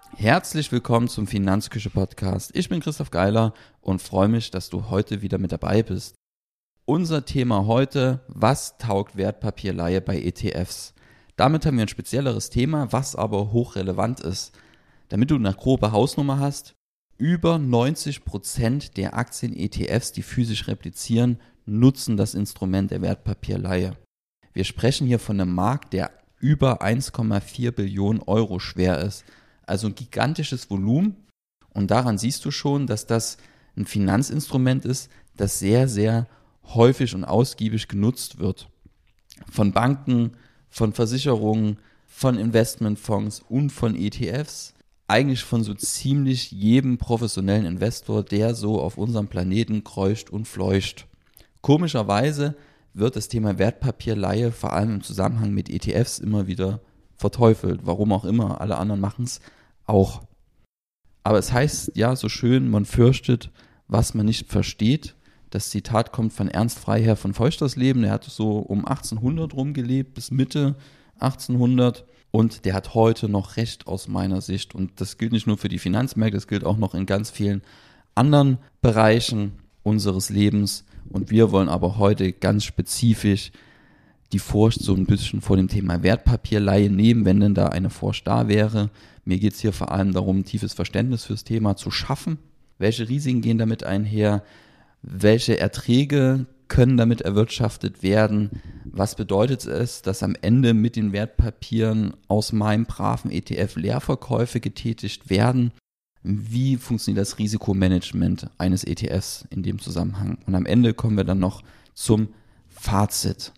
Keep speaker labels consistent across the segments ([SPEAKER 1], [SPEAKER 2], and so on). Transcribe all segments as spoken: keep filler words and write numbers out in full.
[SPEAKER 1] Herzlich willkommen zum Finanzküche-Podcast. Ich bin Christoph Geiler und freue mich, dass du heute wieder mit dabei bist. Unser Thema heute: Was taugt Wertpapierleihe bei E T Fs? Damit haben wir ein spezielleres Thema, was aber hochrelevant ist. Damit du eine grobe Hausnummer hast: Über neunzig Prozent der Aktien-E T Fs, die physisch replizieren, nutzen das Instrument der Wertpapierleihe. Wir sprechen hier von einem Markt, der über eins Komma vier Billionen Euro schwer ist. Also ein gigantisches Volumen, und daran siehst du schon, dass das ein Finanzinstrument ist, das sehr, sehr häufig und ausgiebig genutzt wird. Von Banken, von Versicherungen, von Investmentfonds und von E T Fs. Eigentlich von so ziemlich jedem professionellen Investor, der so auf unserem Planeten kreucht und fleucht. Komischerweise wird das Thema Wertpapierleihe vor allem im Zusammenhang mit E T Fs immer wieder verteufelt. Warum auch immer, alle anderen machen es auch. Aber es heißt ja so schön: Man fürchtet, was man nicht versteht. Das Zitat kommt von Ernst Freiherr von Feuchtersleben. Der hat so um achtzehnhundert rumgelebt, bis Mitte achtzehnhundert. Und der hat heute noch recht aus meiner Sicht. Und das gilt nicht nur für die Finanzmärkte, das gilt auch noch in ganz vielen anderen Bereichen unseres Lebens. Und wir wollen aber heute ganz spezifisch die Furcht so ein bisschen vor dem Thema Wertpapierleihe nehmen, wenn denn da eine Furcht da wäre. Mir geht es hier vor allem darum, ein tiefes Verständnis fürs Thema zu schaffen. Welche Risiken gehen damit einher? Welche Erträge können damit erwirtschaftet werden? Was bedeutet es, dass am Ende mit den Wertpapieren aus meinem braven E T F Leerverkäufe getätigt werden? Wie funktioniert das Risikomanagement eines E T Fs in dem Zusammenhang? Und am Ende kommen wir dann noch zum Fazit.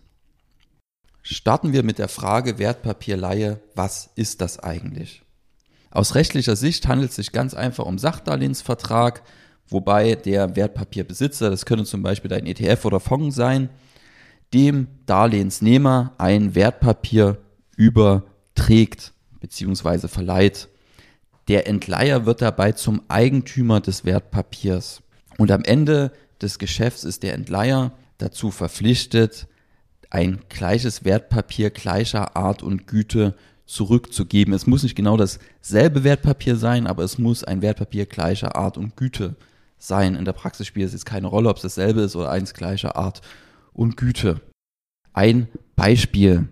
[SPEAKER 1] Starten wir mit der Frage Wertpapierleihe: Was ist das eigentlich? Aus rechtlicher Sicht handelt es sich ganz einfach um Sachdarlehensvertrag, wobei der Wertpapierbesitzer, das könnte zum Beispiel dein E T F oder Fonds sein, dem Darlehensnehmer ein Wertpapier überträgt bzw. verleiht. Der Entleiher wird dabei zum Eigentümer des Wertpapiers. Und am Ende des Geschäfts ist der Entleiher dazu verpflichtet, ein gleiches Wertpapier gleicher Art und Güte zurückzugeben. Es muss nicht genau dasselbe Wertpapier sein, aber es muss ein Wertpapier gleicher Art und Güte sein. In der Praxis spielt es jetzt keine Rolle, ob es dasselbe ist oder eins gleicher Art und Güte. Ein Beispiel.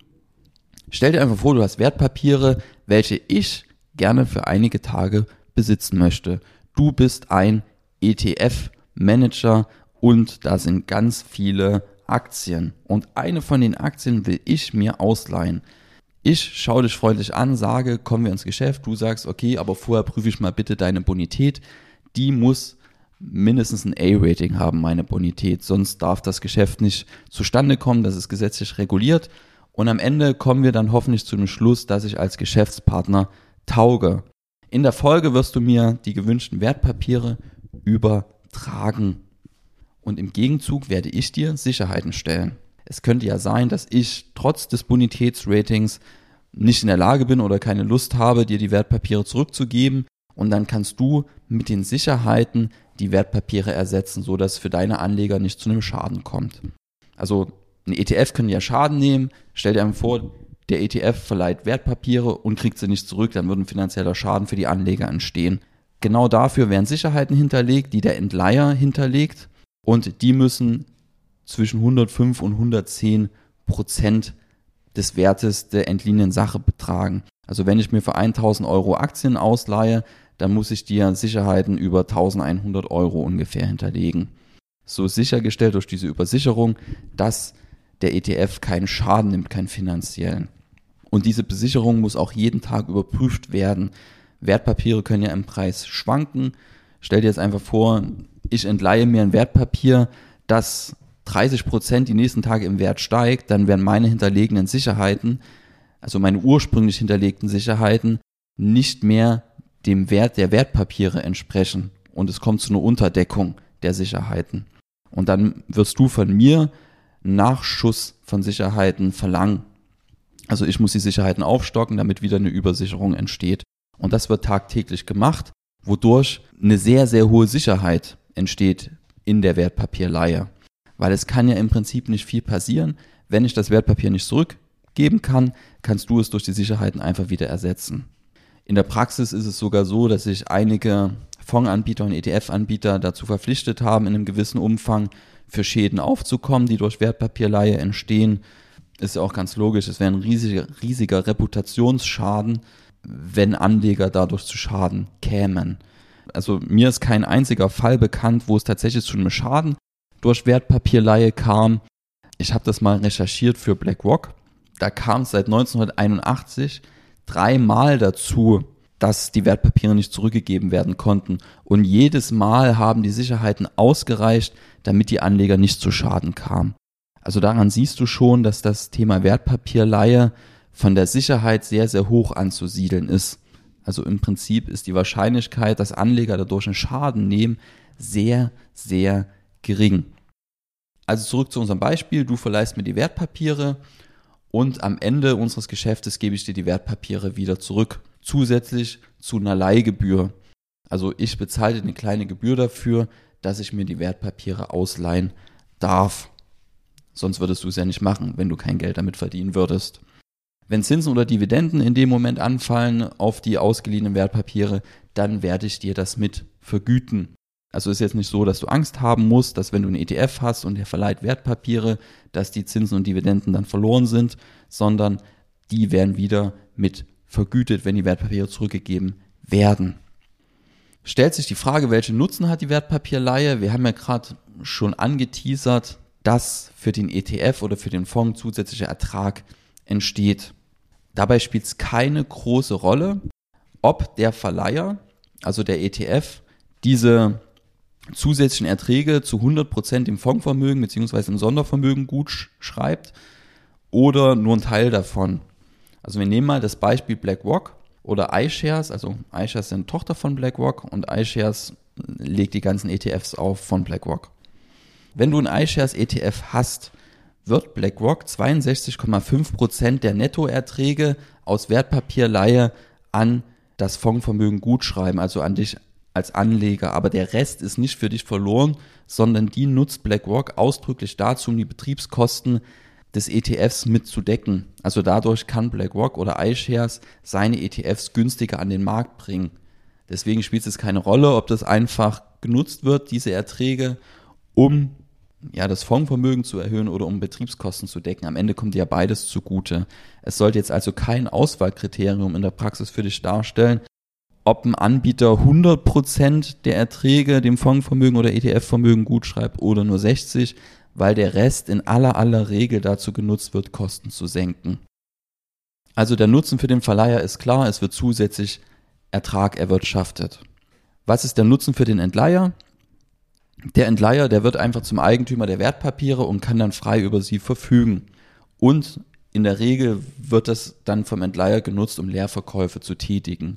[SPEAKER 1] Stell dir einfach vor, du hast Wertpapiere, welche ich gerne für einige Tage besitzen möchte. Du bist ein E T F-Manager und da sind ganz viele Aktien. Und eine von den Aktien will ich mir ausleihen. Ich schaue dich freundlich an, sage, kommen wir ins Geschäft. Du sagst, okay, aber vorher prüfe ich mal bitte deine Bonität. Die muss mindestens ein A-Rating haben, meine Bonität. Sonst darf das Geschäft nicht zustande kommen. Das ist gesetzlich reguliert. Und am Ende kommen wir dann hoffentlich zu dem Schluss, dass ich als Geschäftspartner tauge. In der Folge wirst du mir die gewünschten Wertpapiere übertragen. Und im Gegenzug werde ich dir Sicherheiten stellen. Es könnte ja sein, dass ich trotz des Bonitätsratings nicht in der Lage bin oder keine Lust habe, dir die Wertpapiere zurückzugeben. Und dann kannst du mit den Sicherheiten die Wertpapiere ersetzen, sodass es für deine Anleger nicht zu einem Schaden kommt. Also ein E T F könnte ja Schaden nehmen. Stell dir einfach vor, der E T F verleiht Wertpapiere und kriegt sie nicht zurück. Dann würde ein finanzieller Schaden für die Anleger entstehen. Genau dafür werden Sicherheiten hinterlegt, die der Entleiher hinterlegt. Und die müssen zwischen hundertfünf und hundertzehn Prozent des Wertes der entliehenen Sache betragen. Also wenn ich mir für tausend Euro Aktien ausleihe, dann muss ich dir Sicherheiten über eintausendeinhundert Euro ungefähr hinterlegen. So ist sichergestellt durch diese Übersicherung, dass der E T F keinen Schaden nimmt, keinen finanziellen. Und diese Besicherung muss auch jeden Tag überprüft werden. Wertpapiere können ja im Preis schwanken. Stell dir jetzt einfach vor, ich entleihe mir ein Wertpapier, das dreißig Prozent die nächsten Tage im Wert steigt, dann werden meine hinterlegenen Sicherheiten, also meine ursprünglich hinterlegten Sicherheiten, nicht mehr dem Wert der Wertpapiere entsprechen. Und es kommt zu einer Unterdeckung der Sicherheiten. Und dann wirst du von mir einen Nachschuss von Sicherheiten verlangen. Also ich muss die Sicherheiten aufstocken, damit wieder eine Übersicherung entsteht. Und das wird tagtäglich gemacht, wodurch eine sehr, sehr hohe Sicherheit entsteht in der Wertpapierleihe. Weil es kann ja im Prinzip nicht viel passieren. Wenn ich das Wertpapier nicht zurückgeben kann, kannst du es durch die Sicherheiten einfach wieder ersetzen. In der Praxis ist es sogar so, dass sich einige Fondsanbieter und E T F-Anbieter dazu verpflichtet haben, in einem gewissen Umfang für Schäden aufzukommen, die durch Wertpapierleihe entstehen. Ist ja auch ganz logisch, es wäre ein riesiger, riesiger Reputationsschaden, wenn Anleger dadurch zu Schaden kämen. Also mir ist kein einziger Fall bekannt, wo es tatsächlich zu einem Schaden durch Wertpapierleihe kam. Ich habe das mal recherchiert für BlackRock. Da kam es seit neunzehnhunderteinundachtzig dreimal dazu, dass die Wertpapiere nicht zurückgegeben werden konnten. Und jedes Mal haben die Sicherheiten ausgereicht, damit die Anleger nicht zu Schaden kamen. Also daran siehst du schon, dass das Thema Wertpapierleihe von der Sicherheit sehr, sehr hoch anzusiedeln ist. Also im Prinzip ist die Wahrscheinlichkeit, dass Anleger dadurch einen Schaden nehmen, sehr, sehr gering. Also zurück zu unserem Beispiel. Du verleihst mir die Wertpapiere und am Ende unseres Geschäftes gebe ich dir die Wertpapiere wieder zurück. Zusätzlich zu einer Leihgebühr. Also ich bezahle eine kleine Gebühr dafür, dass ich mir die Wertpapiere ausleihen darf. Sonst würdest du es ja nicht machen, wenn du kein Geld damit verdienen würdest. Wenn Zinsen oder Dividenden in dem Moment anfallen auf die ausgeliehenen Wertpapiere, dann werde ich dir das mit vergüten. Also ist jetzt nicht so, dass du Angst haben musst, dass wenn du einen E T F hast und der verleiht Wertpapiere, dass die Zinsen und Dividenden dann verloren sind, sondern die werden wieder mit vergütet, wenn die Wertpapiere zurückgegeben werden. Stellt sich die Frage, welchen Nutzen hat die Wertpapierleihe? Wir haben ja gerade schon angeteasert, dass für den E T F oder für den Fonds zusätzlicher Ertrag entsteht. Dabei spielt es keine große Rolle, ob der Verleiher, also der E T F, diese zusätzlichen Erträge zu hundert Prozent im Fondsvermögen bzw. im Sondervermögen gut schreibt oder nur ein Teil davon. Also wir nehmen mal das Beispiel BlackRock oder iShares, also iShares sind Tochter von BlackRock und iShares legt die ganzen E T Fs auf von BlackRock. Wenn du einen iShares E T F hast, wird BlackRock zweiundsechzig Komma fünf Prozent der Nettoerträge aus Wertpapierleihe an das Fondsvermögen gutschreiben, also an dich als Anleger. Aber der Rest ist nicht für dich verloren, sondern die nutzt BlackRock ausdrücklich dazu, um die Betriebskosten des E T Fs mitzudecken. Also dadurch kann BlackRock oder iShares seine E T Fs günstiger an den Markt bringen. Deswegen spielt es keine Rolle, ob das einfach genutzt wird, diese Erträge, um ja, das Fondsvermögen zu erhöhen oder um Betriebskosten zu decken. Am Ende kommt dir ja beides zugute. Es sollte jetzt also kein Auswahlkriterium in der Praxis für dich darstellen, ob ein Anbieter hundert Prozent der Erträge dem Fondsvermögen oder E T F-Vermögen gutschreibt oder nur sechzig, weil der Rest in aller aller Regel dazu genutzt wird, Kosten zu senken. Also der Nutzen für den Verleiher ist klar, es wird zusätzlich Ertrag erwirtschaftet. Was ist der Nutzen für den Entleiher? Der Entleiher, der wird einfach zum Eigentümer der Wertpapiere und kann dann frei über sie verfügen. Und in der Regel wird das dann vom Entleiher genutzt, um Leerverkäufe zu tätigen.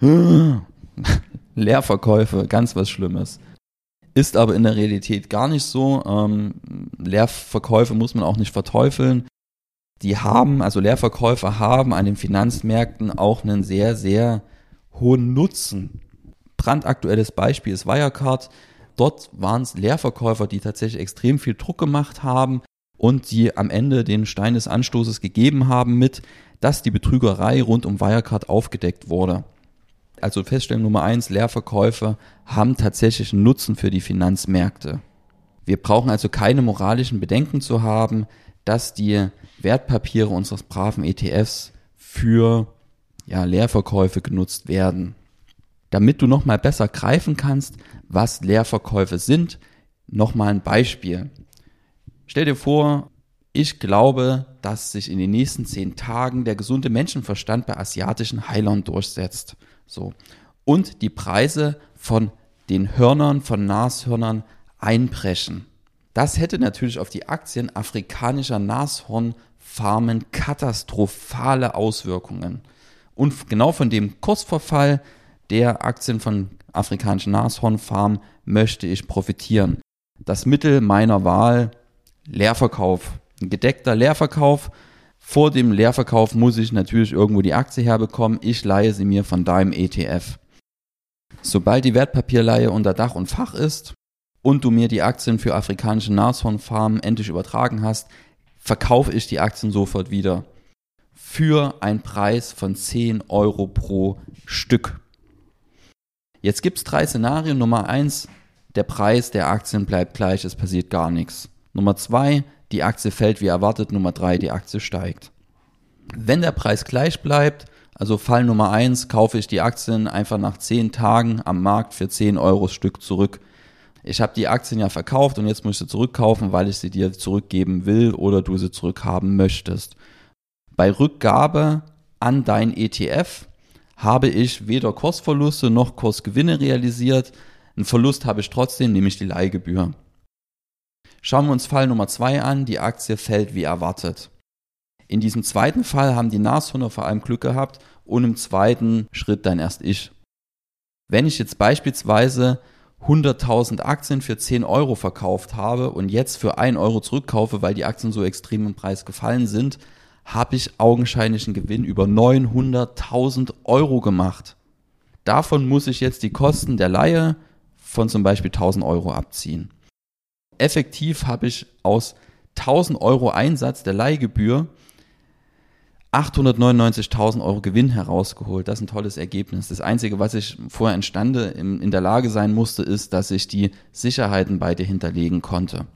[SPEAKER 1] Leerverkäufe, ganz was Schlimmes. Ist aber in der Realität gar nicht so. Ähm, Leerverkäufe muss man auch nicht verteufeln. Die haben, also Leerverkäufer haben an den Finanzmärkten auch einen sehr, sehr hohen Nutzen. Brandaktuelles Beispiel ist Wirecard. Dort waren es Leerverkäufer, die tatsächlich extrem viel Druck gemacht haben und die am Ende den Stein des Anstoßes gegeben haben mit, dass die Betrügerei rund um Wirecard aufgedeckt wurde. Also Feststellung Nummer eins, Leerverkäufe haben tatsächlich einen Nutzen für die Finanzmärkte. Wir brauchen also keine moralischen Bedenken zu haben, dass die Wertpapiere unseres braven E T Fs für ja, Leerverkäufe genutzt werden. Damit du nochmal besser greifen kannst, was Leerverkäufe sind, nochmal ein Beispiel. Stell dir vor, ich glaube, dass sich in den nächsten zehn Tagen der gesunde Menschenverstand bei asiatischen Heilern durchsetzt. So. Und die Preise von den Hörnern, von Nashörnern einbrechen. Das hätte natürlich auf die Aktien afrikanischer Nashornfarmen katastrophale Auswirkungen. Und genau von dem Kursverfall der Aktien von afrikanischen Nashornfarmen möchte ich profitieren. Das Mittel meiner Wahl, Leerverkauf. Ein gedeckter Leerverkauf. Vor dem Leerverkauf muss ich natürlich irgendwo die Aktie herbekommen. Ich leihe sie mir von deinem E T F. Sobald die Wertpapierleihe unter Dach und Fach ist und du mir die Aktien für afrikanische Nashornfarmen endlich übertragen hast, verkaufe ich die Aktien sofort wieder. für einen Preis von zehn Euro pro Stück. Jetzt gibt es drei Szenarien. Nummer eins, der Preis der Aktien bleibt gleich, es passiert gar nichts. Nummer zwei, die Aktie fällt wie erwartet. Nummer drei, die Aktie steigt. Wenn der Preis gleich bleibt, also Fall Nummer eins, kaufe ich die Aktien einfach nach zehn Tagen am Markt für zehn Euro Stück zurück. Ich habe die Aktien ja verkauft und jetzt muss ich sie zurückkaufen, weil ich sie dir zurückgeben will oder du sie zurückhaben möchtest. Bei Rückgabe an dein E T F habe ich weder Kursverluste noch Kursgewinne realisiert. Einen Verlust habe ich trotzdem, nämlich die Leihgebühr. Schauen wir uns Fall Nummer zwei an, die Aktie fällt wie erwartet. In diesem zweiten Fall haben die Nashörner vor allem Glück gehabt und im zweiten Schritt dann erst ich. Wenn ich jetzt beispielsweise hunderttausend Aktien für zehn Euro verkauft habe und jetzt für ein Euro zurückkaufe, weil die Aktien so extrem im Preis gefallen sind, habe ich augenscheinlich einen Gewinn über neunhunderttausend Euro gemacht. Davon muss ich jetzt die Kosten der Leihe von zum Beispiel tausend Euro abziehen. Effektiv habe ich aus tausend Euro Einsatz der Leihgebühr achthundertneunundneunzigtausend Euro Gewinn herausgeholt. Das ist ein tolles Ergebnis. Das Einzige, was ich vorher imstande in, in der Lage sein musste, ist, dass ich die Sicherheiten beide hinterlegen konnte.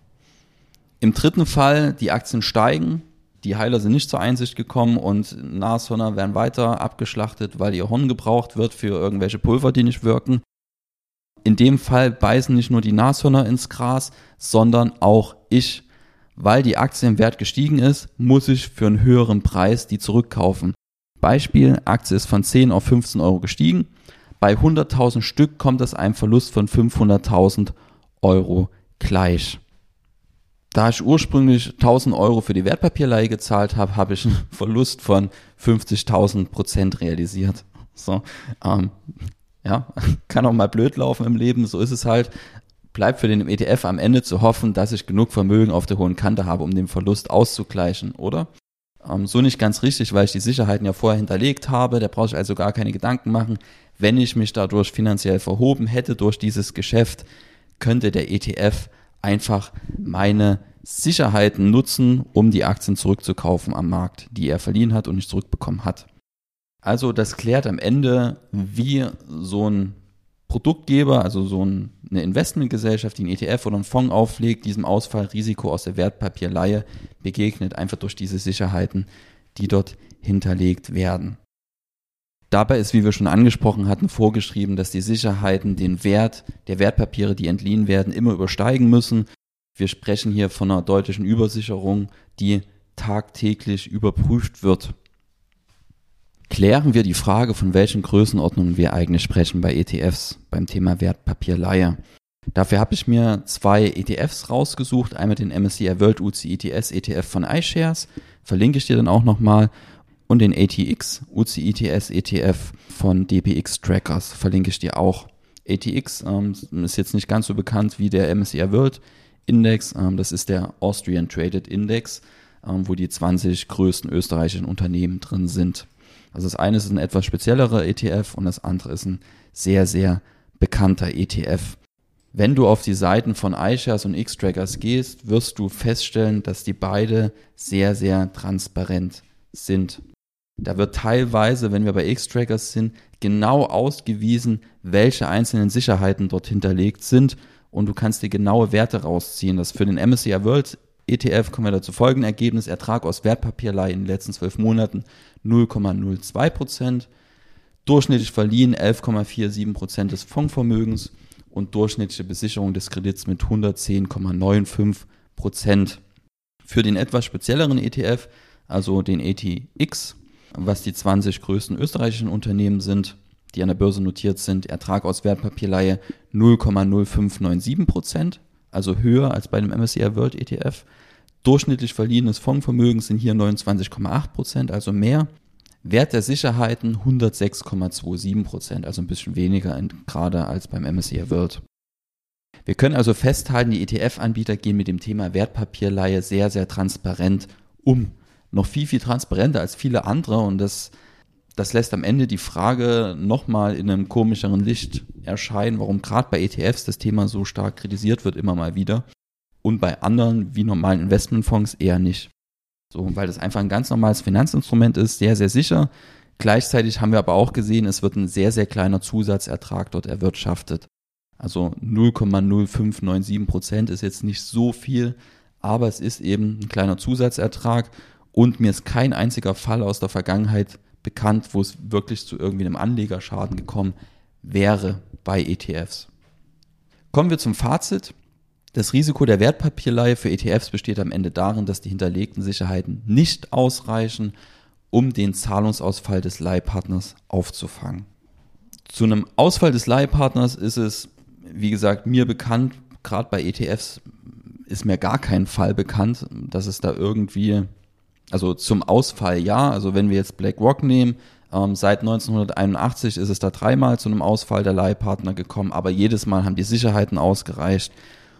[SPEAKER 1] Im dritten Fall, die Aktien steigen, die Heiler sind nicht zur Einsicht gekommen und Nashörner werden weiter abgeschlachtet, weil ihr Horn gebraucht wird für irgendwelche Pulver, die nicht wirken. In dem Fall beißen nicht nur die Nashörner ins Gras, sondern auch ich. Weil die Aktie im Wert gestiegen ist, muss ich für einen höheren Preis die zurückkaufen. Beispiel, Aktie ist von zehn auf fünfzehn Euro gestiegen. Bei hunderttausend Stück kommt es einem Verlust von fünfhunderttausend Euro gleich. Da ich ursprünglich tausend Euro für die Wertpapierleihe gezahlt habe, habe ich einen Verlust von fünfzigtausend Prozent realisiert. So, ähm, ja, kann auch mal blöd laufen im Leben, so ist es halt. Bleibt für den E T F am Ende zu hoffen, dass ich genug Vermögen auf der hohen Kante habe, um den Verlust auszugleichen, oder? Ähm, so nicht ganz richtig, weil ich die Sicherheiten ja vorher hinterlegt habe, da brauche ich also gar keine Gedanken machen. Wenn ich mich dadurch finanziell verhoben hätte durch dieses Geschäft, könnte der E T F einfach meine Sicherheiten nutzen, um die Aktien zurückzukaufen am Markt, die er verliehen hat und nicht zurückbekommen hat. Also das klärt am Ende, wie so ein Produktgeber, also so ein, eine Investmentgesellschaft, die einen E T F oder einen Fonds auflegt, diesem Ausfallrisiko aus der Wertpapierleihe begegnet, einfach durch diese Sicherheiten, die dort hinterlegt werden. Dabei ist, wie wir schon angesprochen hatten, vorgeschrieben, dass die Sicherheiten den Wert der Wertpapiere, die entliehen werden, immer übersteigen müssen. Wir sprechen hier von einer deutlichen Übersicherung, die tagtäglich überprüft wird. Klären wir die Frage, von welchen Größenordnungen wir eigentlich sprechen bei E T Fs beim Thema Wertpapierleihe. Dafür habe ich mir zwei E T Fs rausgesucht, einmal den M S C I World U C I T S E T F von iShares, verlinke ich dir dann auch nochmal, und den A T X U C I T S E T F von D P X Trackers, verlinke ich dir auch. A T X ähm, ist jetzt nicht ganz so bekannt wie der M S C I World Index, ähm, das ist der Austrian Traded Index, ähm, wo die zwanzig größten österreichischen Unternehmen drin sind. Also das eine ist ein etwas speziellerer E T F und das andere ist ein sehr, sehr bekannter E T F. Wenn du auf die Seiten von iShares und X-Trackers gehst, wirst du feststellen, dass die beide sehr, sehr transparent sind. Da wird teilweise, wenn wir bei X-Trackers sind, genau ausgewiesen, welche einzelnen Sicherheiten dort hinterlegt sind und du kannst dir genaue Werte rausziehen. Das für den M S C I World E T F kommen wir da zu folgendem Ergebnis: Ertrag aus Wertpapierleihe in den letzten zwölf Monaten null Komma null zwei Prozent, durchschnittlich verliehen elf Komma siebenundvierzig Prozent des Fondsvermögens und durchschnittliche Besicherung des Kredits mit hundertzehn Komma fünfundneunzig Prozent. Für den etwas spezielleren E T F, also den A T X, was die zwanzig größten österreichischen Unternehmen sind, die an der Börse notiert sind, Ertrag aus Wertpapierleihe null Komma null fünf neun sieben Prozent, also höher als bei dem M S C I World E T F. Durchschnittlich verliehenes Fondsvermögen sind hier neunundzwanzig Komma acht Prozent, also mehr. Wert der Sicherheiten hundertsechs Komma siebenundzwanzig Prozent, also ein bisschen weniger in, gerade als beim M S C I World. Wir können also festhalten, die E T F-Anbieter gehen mit dem Thema Wertpapierleihe sehr, sehr transparent um. Noch viel, viel transparenter als viele andere und das, das lässt am Ende die Frage nochmal in einem komischeren Licht erscheinen, warum gerade bei E T Fs das Thema so stark kritisiert wird, immer mal wieder, und bei anderen wie normalen Investmentfonds eher nicht. So, weil das einfach ein ganz normales Finanzinstrument ist, sehr, sehr sicher. Gleichzeitig haben wir aber auch gesehen, es wird ein sehr, sehr kleiner Zusatzertrag dort erwirtschaftet. Also null Komma null fünf neun sieben Prozent ist jetzt nicht so viel, aber es ist eben ein kleiner Zusatzertrag und mir ist kein einziger Fall aus der Vergangenheit bekannt, wo es wirklich zu irgendwie einem Anlegerschaden gekommen wäre bei E T Fs. Kommen wir zum Fazit. Das Risiko der Wertpapierleihe für E T Fs besteht am Ende darin, dass die hinterlegten Sicherheiten nicht ausreichen, um den Zahlungsausfall des Leihpartners aufzufangen. Zu einem Ausfall des Leihpartners ist es, wie gesagt, mir bekannt, gerade bei E T Fs ist mir gar kein Fall bekannt, dass es da irgendwie, also zum Ausfall ja, also wenn wir jetzt BlackRock nehmen, ähm, seit neunzehnhunderteinundachtzig ist es da dreimal zu einem Ausfall der Leihpartner gekommen, aber jedes Mal haben die Sicherheiten ausgereicht,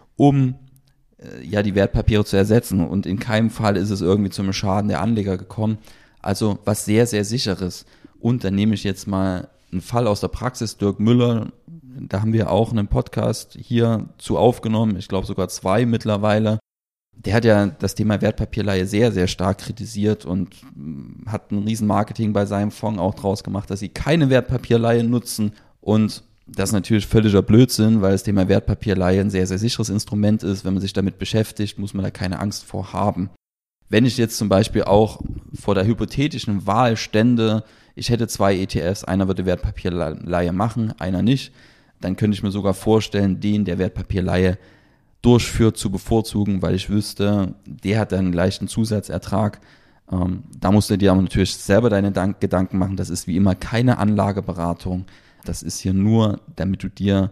[SPEAKER 1] um äh, ja die Wertpapiere zu ersetzen und in keinem Fall ist es irgendwie zu einem Schaden der Anleger gekommen, also was sehr, sehr sicheres. Und dann nehme ich jetzt mal einen Fall aus der Praxis, Dirk Müller, da haben wir auch einen Podcast hier zu aufgenommen, ich glaube sogar zwei mittlerweile. Der hat ja das Thema Wertpapierleihe sehr, sehr stark kritisiert und hat ein Riesenmarketing bei seinem Fonds auch draus gemacht, dass sie keine Wertpapierleihe nutzen. Und das ist natürlich völliger Blödsinn, weil das Thema Wertpapierleihe ein sehr, sehr sicheres Instrument ist. Wenn man sich damit beschäftigt, muss man da keine Angst vor haben. Wenn ich jetzt zum Beispiel auch vor der hypothetischen Wahl stände, ich hätte zwei E T Fs, einer würde Wertpapierleihe machen, einer nicht, dann könnte ich mir sogar vorstellen, den der Wertpapierleihe durchführt, zu bevorzugen, weil ich wüsste, der hat einen leichten Zusatzertrag. Ähm, da musst du dir aber natürlich selber deine Dank- Gedanken machen. Das ist wie immer keine Anlageberatung. Das ist hier nur, damit du dir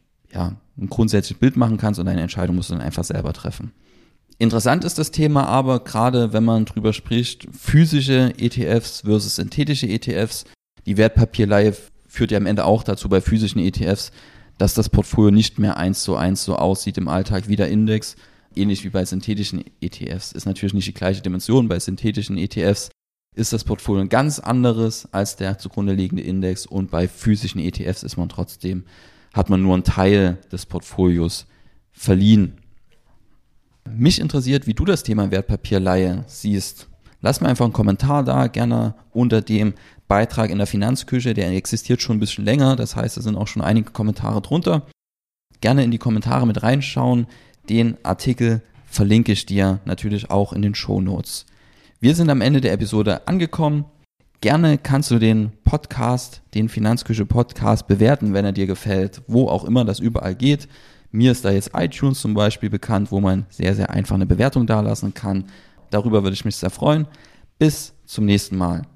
[SPEAKER 1] ja ein grundsätzliches Bild machen kannst und deine Entscheidung musst du dann einfach selber treffen. Interessant ist das Thema aber, gerade wenn man drüber spricht, physische E T Fs versus synthetische E T Fs. Die Wertpapierleihe führt ja am Ende auch dazu bei physischen E T Fs, dass das Portfolio nicht mehr eins zu eins so aussieht im Alltag wie der Index. Ähnlich wie bei synthetischen E T Fs. Ist natürlich nicht die gleiche Dimension. Bei synthetischen E T Fs ist das Portfolio ein ganz anderes als der zugrunde liegende Index und bei physischen E T Fs ist man trotzdem, hat man nur einen Teil des Portfolios verliehen. Mich interessiert, wie du das Thema Wertpapierleihe siehst. Lass mir einfach einen Kommentar da, gerne unter dem Beitrag in der Finanzküche, der existiert schon ein bisschen länger, das heißt, da sind auch schon einige Kommentare drunter. Gerne in die Kommentare mit reinschauen, den Artikel verlinke ich dir natürlich auch in den Shownotes. Wir sind am Ende der Episode angekommen. Gerne kannst du den Podcast, den Finanzküche Podcast bewerten, wenn er dir gefällt, wo auch immer das überall geht. Mir ist da jetzt iTunes zum Beispiel bekannt, wo man sehr, sehr einfach eine Bewertung dalassen kann. Darüber würde ich mich sehr freuen. Bis zum nächsten Mal.